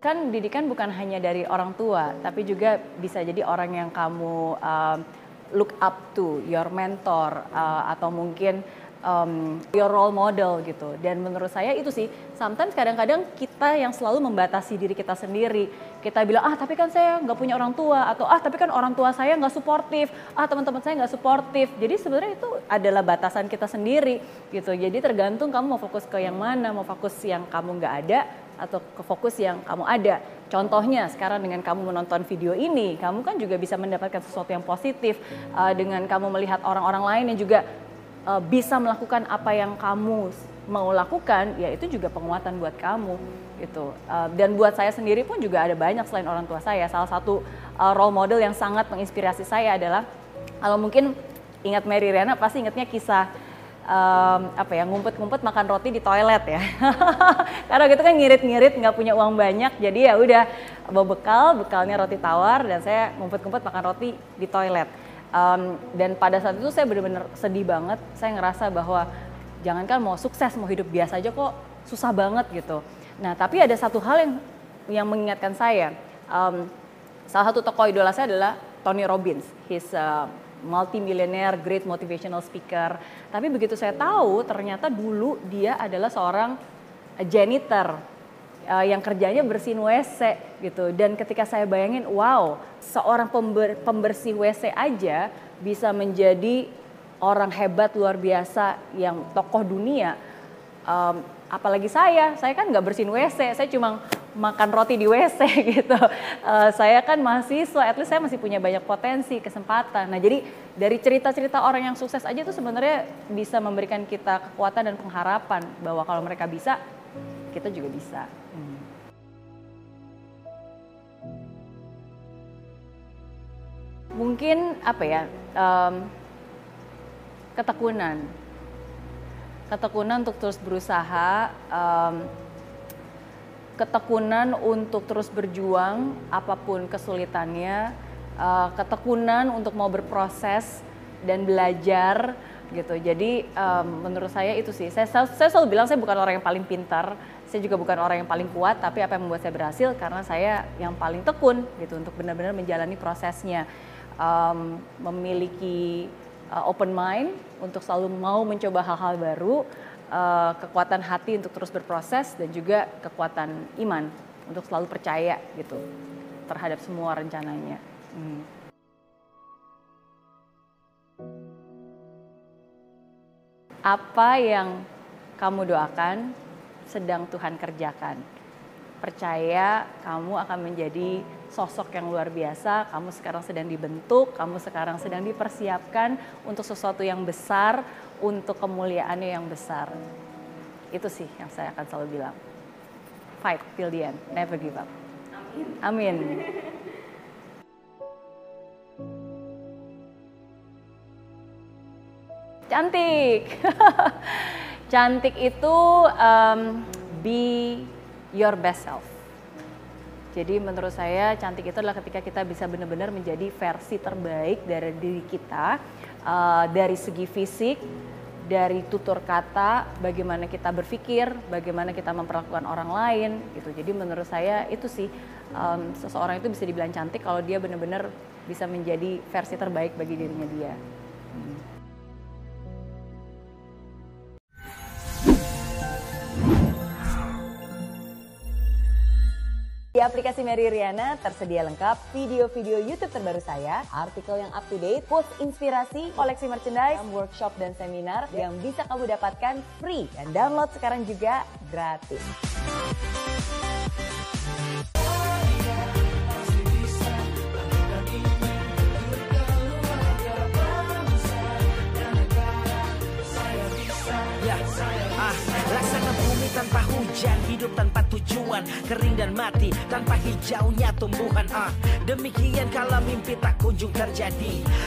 Kan didikan bukan hanya dari orang tua, tapi juga bisa jadi orang yang kamu look up to, your mentor, atau mungkin your role model gitu. Dan menurut saya itu sih, sometimes kadang-kadang kita yang selalu membatasi diri kita sendiri. Kita bilang, tapi kan saya nggak punya orang tua, atau tapi kan orang tua saya nggak suportif, teman-teman saya nggak suportif. Jadi sebenarnya itu adalah batasan kita sendiri gitu. Jadi tergantung kamu mau fokus ke yang mana, mau fokus yang kamu nggak ada, atau ke fokus yang kamu ada. Contohnya sekarang dengan kamu menonton video ini, kamu kan juga bisa mendapatkan sesuatu yang positif. Dengan kamu melihat orang-orang lain yang juga bisa melakukan apa yang kamu mau lakukan, ya itu juga penguatan buat kamu gitu. Dan buat saya sendiri pun juga ada banyak selain orang tua saya. Salah satu role model yang sangat menginspirasi saya adalah, kalau mungkin ingat Mary Riana pasti ingatnya kisah ngumpet-ngumpet makan roti di toilet ya. Karena gitu kan ngirit-ngirit, nggak punya uang banyak, jadi ya udah bawa bekalnya roti tawar, dan saya ngumpet-ngumpet makan roti di toilet. Dan pada saat itu saya benar-benar sedih banget. Saya ngerasa bahwa jangankan mau sukses, mau hidup biasa aja kok susah banget gitu. Nah, tapi ada satu hal yang mengingatkan saya. Salah satu tokoh idola saya adalah Tony Robbins. He's multi-millionaire, great motivational speaker. Tapi begitu saya tahu, ternyata dulu dia adalah seorang janitor yang kerjanya bersihin WC gitu. Dan ketika saya bayangin, wow, seorang pembersih WC aja bisa menjadi orang hebat luar biasa yang tokoh dunia. Apalagi saya kan nggak bersihin WC, saya cuma makan roti di WC gitu. Saya kan mahasiswa, at least saya masih punya banyak potensi, kesempatan. Nah, jadi dari cerita-cerita orang yang sukses aja tuh sebenarnya bisa memberikan kita kekuatan dan pengharapan bahwa kalau mereka bisa, kita juga bisa. Mungkin ketekunan untuk terus berusaha, ketekunan untuk terus berjuang apapun kesulitannya, ketekunan untuk mau berproses dan belajar gitu. Jadi menurut saya itu sih, saya selalu bilang saya bukan orang yang paling pintar, saya juga bukan orang yang paling kuat, tapi apa yang membuat saya berhasil karena saya yang paling tekun gitu untuk benar-benar menjalani prosesnya. Memiliki open mind untuk selalu mau mencoba hal-hal baru, kekuatan hati untuk terus berproses, dan juga kekuatan iman untuk selalu percaya gitu terhadap semua rencananya. Apa yang kamu doakan sedang Tuhan kerjakan. Percaya kamu akan menjadi sosok yang luar biasa, kamu sekarang sedang dibentuk, kamu sekarang sedang dipersiapkan untuk sesuatu yang besar, untuk kemuliaannya yang besar. Itu sih yang saya akan selalu bilang. Fight till the end, never give up. Amin. Cantik. Cantik itu be your best self. Jadi menurut saya cantik itu adalah ketika kita bisa benar-benar menjadi versi terbaik dari diri kita, dari segi fisik, dari tutur kata, bagaimana kita berpikir, bagaimana kita memperlakukan orang lain gitu. Jadi menurut saya itu sih, seseorang itu bisa dibilang cantik kalau dia benar-benar bisa menjadi versi terbaik bagi dirinya dia. Di aplikasi Mary Riana tersedia lengkap video-video YouTube terbaru saya, artikel yang up to date, post inspirasi, koleksi merchandise, workshop dan seminar yang bisa kamu dapatkan free dan download sekarang juga gratis. Laksana bumi tanpa hujan, hidup tanpa tujuan, kering dan mati tanpa hijaunya tumbuhan. Demikian kalau mimpi tak kunjung terjadi.